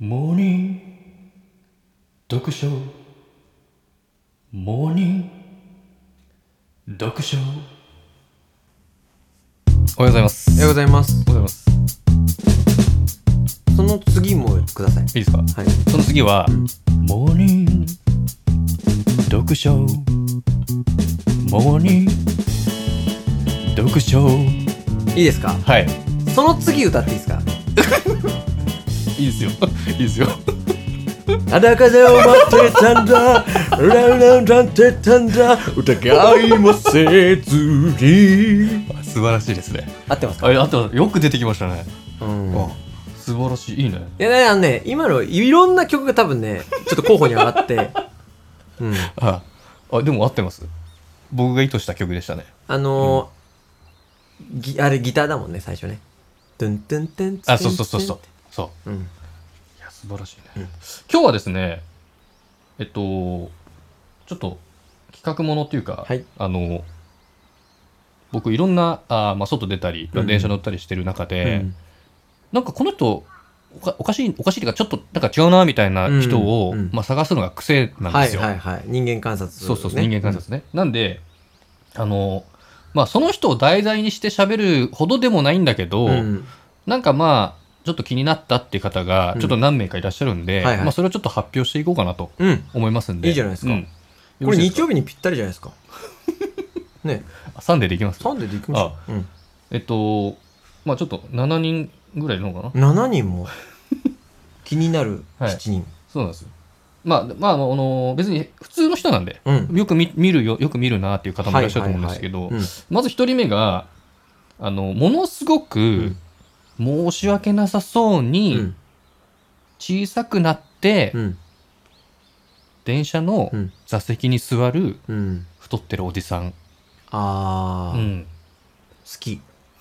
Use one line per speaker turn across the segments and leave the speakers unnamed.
モーニング読書モーニング読書。おはようございます。
おはようございます。
おはようございます。
その次もください。
いいですか？
はい。
その次は、モーニング読書モーニング読書。
いいですか？
はい。
その次歌っていいですか？
いいですよ。いいですよ。
裸でを待ってたんだ、ランランランってたんだ、疑いもせずに。
素晴らしいですね。
合ってますか？
あとよく出てきましたね。
うん。
素晴らしい。いいね。
いやね、今のいろんな曲が多分ね、ちょっと候補に上がって、うん。
でも合ってます。僕が意図した曲でしたね。
あれギターだもんね、最初ね。トゥントゥントゥントゥントゥン。
そう。
うん。
いや、素晴らしいね。
うん、
今日はですね、ちょっと企画ものっていうか、
はい、
僕いろんな外出たり、電車乗ったりしてる中で、なんかこの人おかしいっていうか、ちょっとなんか違うなみたいな人を、探すのが癖なんですよ。
はいはいはい。人間観察、ね。
そう、人間観察ね。なんでその人を題材にして喋るほどでもないんだけど、なんかちょっと気になったっていう方がちょっと何名かいらっしゃるんで、それをちょっと発表していこうかなと思いますんで。
いいじゃないですか。これ日曜日にぴったりじゃないですか。ね。
サンデーでいきます？
サンデーでいきましょう。
ちょっと7人ぐらいいるのかな。
7人も気になる7人。
そうなんですよ。別に普通の人なんで、よく見るなっていう方もいらっしゃると思うんですけど、まず1人目がものすごく申し訳なさそうに小さくなって、電車の座席に座る太ってるおじさん。
好き。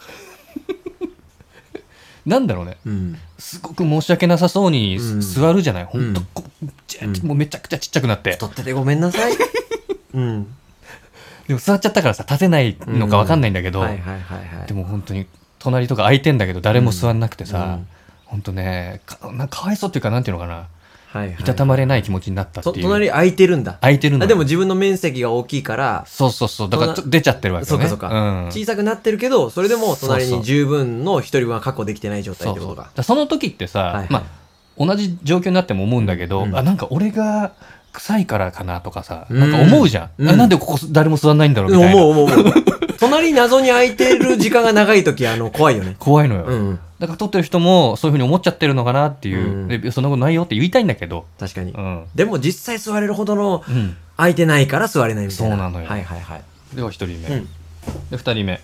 なんだろうね、すごく申し訳なさそうに座るじゃない、ほんともうめちゃくちゃちっちゃくなって、
太っててごめんなさい。で
も座っちゃったからさ、立てないのか分かんないんだけど、でも本当に隣とか空いてんだけど誰も座んなくてさ、ほんとね、かわいそうっていうか、なんていうのかな、いたたまれない気持ちになったっていう。
隣空いてるんだ。
空いてるんだ。
でも自分の面積が大きいから。
そうだから出ちゃってるわけね。
そうか。小さくなってるけど、それでも隣に十分の一人分は確保できてない状態ってことか。
その時ってさ、同じ状況になっても思うんだけど、なんか俺が臭いからかなとかさ、なんか思うじゃん。なんでここ誰も座んないんだろうみたいな。
思う。隣謎に空いてる時間が長い時怖いよね。
怖いのよ。だから撮ってる人もそういうふうに思っちゃってるのかなっていう、そんなことないよって言いたいんだけど。
確かに。でも実際座れるほどの空いてないから座れないみたいな。
そうなのよ。では1人目。で2人目。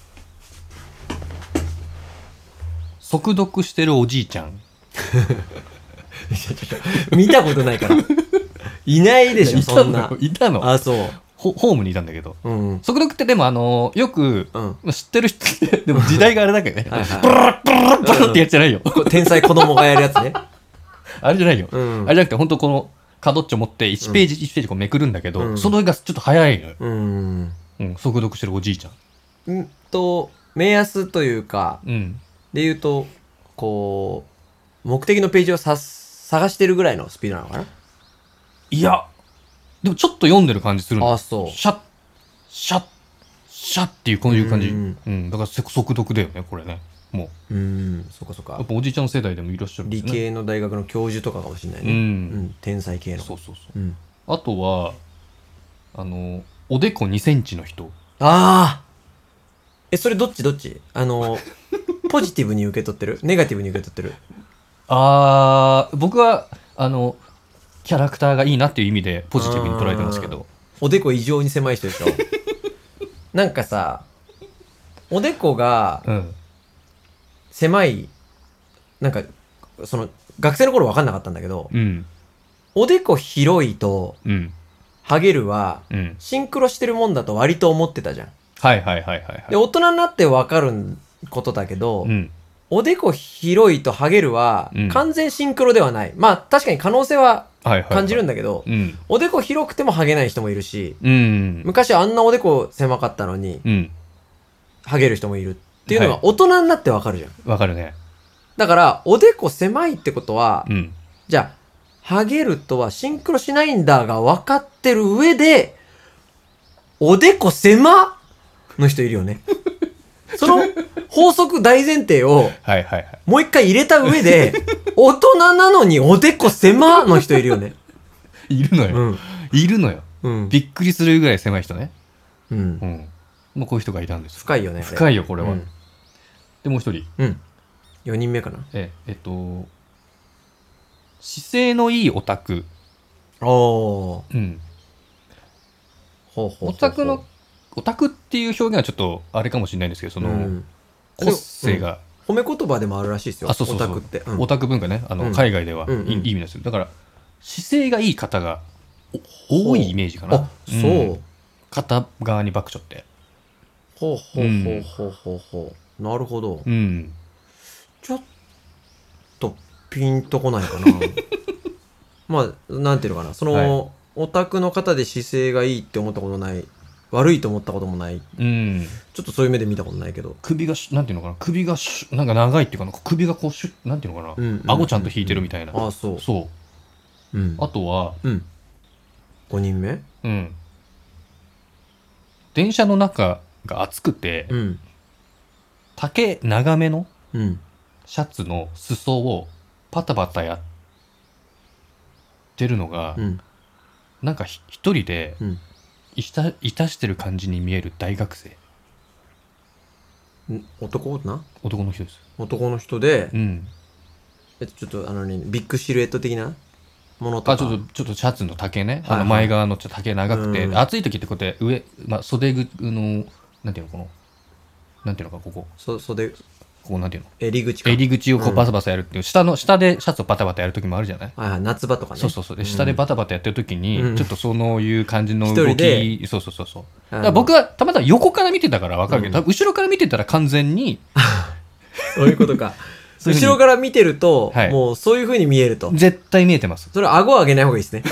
速読してるおじいちゃん。
見たことないから。いないでしょ、そんな。
いたの？そう。ホームにいたんだけど。速読ってでもよく知ってる人って、でも時代があれだけどね。ブラッブラッブラッってやつじゃないよ。
天才子供がやるやつね。
あれじゃないよ。あれじゃなくて、本当この角っちょ持って1ページ1ページこうめくるんだけど、そのがちょっと早いのよ。速読してるおじいちゃん。
目安というか、で言うと、こう、目的のページを探してるぐらいのスピードなのかな？
いや、でもちょっと読んでる感じするの。
そう。
シャッっていうこういう感じ。だから速読だよね、これね。もう。
そっか。
やっぱおじいちゃん世代でもいらっしゃるんですね。
理系の大学の教授とかかもしれないね。天才系の。
そう。あとは、おでこ2センチの人。
それどっちポジティブに受け取ってる？ネガティブに受け取ってる？
僕は、キャラクターがいいなっていう意味でポジティブに捉えてますけど。
おでこ異常に狭い人でしょ？なんかさ、おでこが狭い、なんか学生の頃分かんなかったんだけど、おでこ広いとハゲるはシンクロしてるもんだと割と思ってたじゃん。で、大人になって分かることだけど、おでこ広いとハゲるは完全シンクロではない。確かに可能性は感じるんだけど、おでこ広くてもハゲない人もいるし、昔あんなおでこ狭かったのに、ハゲる人もいるっていうのが大人になってわかるじゃん。
わかるね。
だから、おでこ狭いってことは、 じゃあハゲるとはシンクロしないんだが分かってる上でおでこ狭の人いるよね。その法則大前提をもう一回入れた上で大人なのにおでこ狭の人いるよね。
いるのよ、うん、いるのよ、うん、びっくりするぐらい狭い人ね。うん、うん、もうこういう人がいたんですよ。
深いよね。
深いよこれは、うん、でもう一人、
うん、4人目かな。
姿勢のいいオタク。
お
ー、うん、オタクっていう表現はちょっとあれかもしれないんですけど、その、うん、個性が、
うん、褒め言葉でもあるらしいですよ。
そうそうそう、
オタクって、うん、
オタク文化ね、海外では、いい意味ですよ。だから姿勢がいい方が多いイメージかな。
あ、そう、うん、
片側に爆笑って。
ほうほうほうほうほうほう、なるほど、
うん、
ちょっとピンとこないかな。まあなんていうのかな、その、はい、オタクの方で姿勢がいいって思ったことない、悪いと思ったこともない、うん、ちょっとそういう目で見たことないけど、
首がなんていうのかな、首がなんか長いっていうかな、首がこうシュッ、なんていうのかな、うんうんうんうん、顎ちゃんと引いてるみたいな。
あ、そう
そう、うん、あとは、
うん、5人目、
うん、電車の中が暑くて、うん、丈長めのシャツの裾をパタパタやってるのが、うん、なんか一人で、うん、いたしてる感じに見える大学生。
男な？
男の人です。
男の人で、うん、ちょっとビッグシルエット的なものとか。
ちょっとシャツの丈ね、はいはい、前側の丈長くて、暑い時ってこうやって上、まあ、袖のなんていうの、このなんていうのか、ここ
袖、
こうなんていうの、
襟口
をこうバサバサやるっていう、下でシャツをバタバタやる時もあるじゃない。
はいはい、夏場とかね。
そうそうそう。で下でバタバタやってる時に、ちょっとそういう感じの動き、そうそうそうそう。だから僕はたまたま横から見てたから分かるけど、後ろから見てたら完全に
そういうことか。後ろから見てると、はい、もうそういう風に見えると。
絶対見えてます。
それは顎を上げない方がいいですね。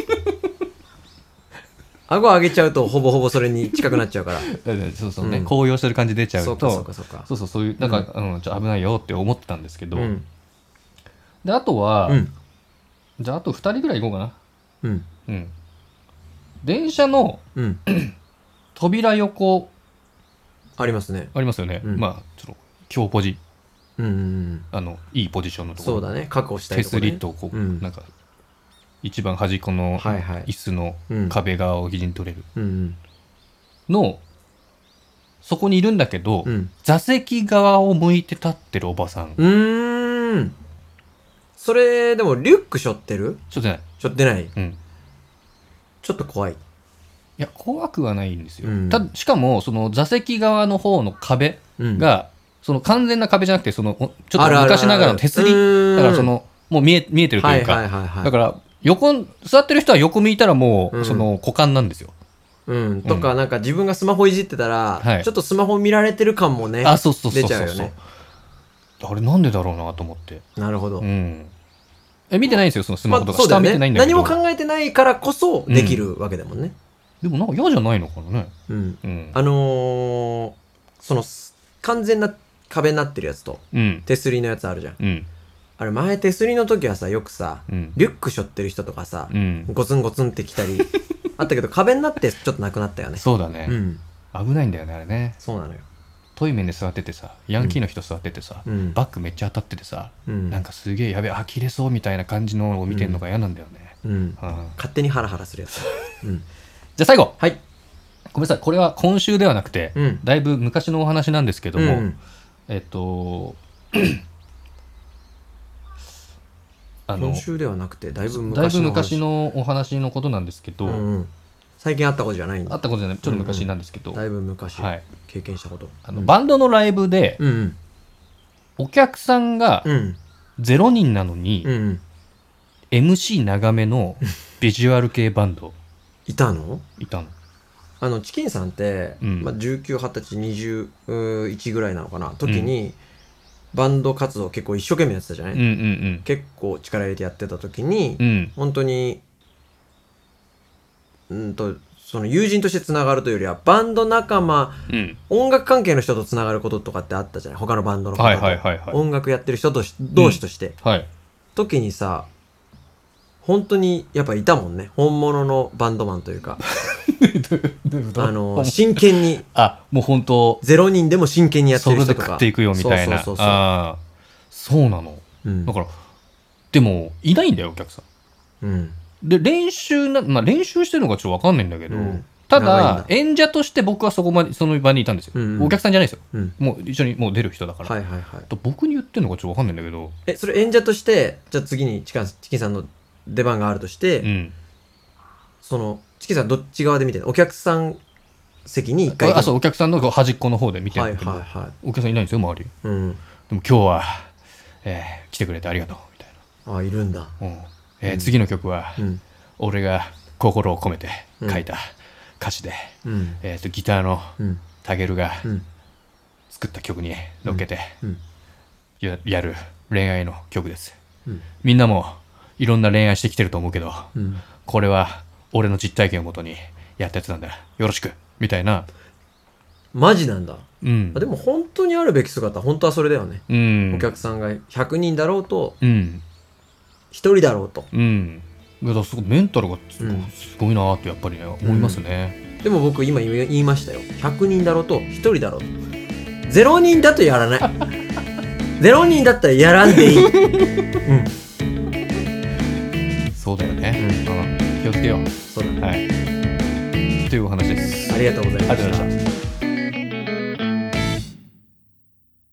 顎上げちゃうとほぼほぼそれに近くなっちゃうから。
そうそうね、うん、高揚してる感じ出ちゃうと、そういうなんか、ちょっと危ないよって思ってたんですけど、うん、であとは、うん、じゃああと2人ぐらい行こうかな。うんうん、電車の、うん、扉横
ありますね。
ありますよね。うん、まあちょっと強ポジ、うんうんうん、いいポジションのところ。
そうだね、確保したいところ、ね、
手すりとこう、うん、なんか一番端っこの椅子の壁側を肘に取れるの、そこにいるんだけど、座席側を向いて立ってるおばさん。
それでもリュック背負ってる？
背負ってない。
背負ってない。うん。ちょっと怖い。い
や、怖くはないんですよ。しかもその座席側の方の壁が、その完全な壁じゃなくて、そのちょっと昔ながらの手すりだから、そのもう見えてるというか、だから座ってる人は横向いたらもう、その股間なんですよ。
うん、とか、なんか自分がスマホいじってたら、はい、ちょっとスマホ見られてる感もね、出ちゃうよね。
あれなんでだろうなと思って。
なるほど。うん、
見てないんですよ、そのスマホとか、下見てないんだけど、
何も考えてないからこそできるわけだもんね。
でもなんか嫌じゃないのかなね。うん。
その完全な壁になってるやつと、手すりのやつあるじゃん。うん、あれ前手すりの時はさ、よくさ、リュック背負ってる人とかさ、ゴツンゴツンってきたりあったけど、壁になってちょっとなくなったよね。
そうだね、危ないんだよねあれね。
そうなのよ。
トイメンで座っててさ、ヤンキーの人座っててさ、バッグめっちゃ当たっててさ、なんかすげえやべえ、切れそうみたいな感じのを見てるのが嫌なんだよね。
勝手にハラハラするやつ。じ
ゃあ最後、
はい、
ごめんなさい、これは今週ではなくて、だいぶ昔のお話なんですけども、
今週ではなくてだいぶ
昔のお話のことなんですけど、
最近あったことじゃないんだ。
あったことじゃない、ちょっと昔なんですけど、
だいぶ昔、経験したこと。
バンドのライブで、お客さんが0人なのに、MC 長めのビジュアル系バンド
いたの？
いたの。
チキンさんって、19、20歳、21ぐらいなのかな時に、バンド活動結構一生懸命やってたじゃない？結構力入れてやってた時に、本当にその友人としてつながるというよりはバンド仲間、音楽関係の人とつながることとかってあったじゃない？他のバンドの方と音楽やってる人同士として、時にさ、 本当にやっぱいたもんね、本物のバンドマンというか真剣に、
もう本当
0人でも真剣にやってる人とか、
それで食っていくよみたいな。そうなの、だからでもいないんだよお客さん、で練習練習してるのかちょっと分かんないんだけど、ただ演者として僕はその場にいたんですよ、お客さんじゃないですよ、もう一緒にもう出る人だから、僕に言ってるのかちょっと分かんないんだけど、
それ演者として、じゃあ次にチキンさんの出番があるとして、そのチキンさんどっち側で見てるの？お客さん席に一回
そう、お客さんの端っこの方で見てるんだけど、お客さんいないんですよ周り、でも今日は、来てくれてありがとうみたいな。
いるんだ。
次の曲は、俺が心を込めて書いた歌詞で、ギターのタゲルが作った曲に乗っけてやる恋愛の曲です、みんなもいろんな恋愛してきてると思うけど、これは俺の実体験をもとにやったやつなんだ、よろしくみたいな。
マジなんだ。でも本当にあるべき姿、本当はそれだよね、お客さんが100人だろうと、1人だろうと、
だからすごいメンタルがすごいなってやっぱりね思いますね、
でも僕今言いましたよ、100人だろうと1人だろうと、0人だとやらない0人だったらやらんでいい
そうだよね、気をつけよう。
そうだね、
というお話です。
ありがとうございました。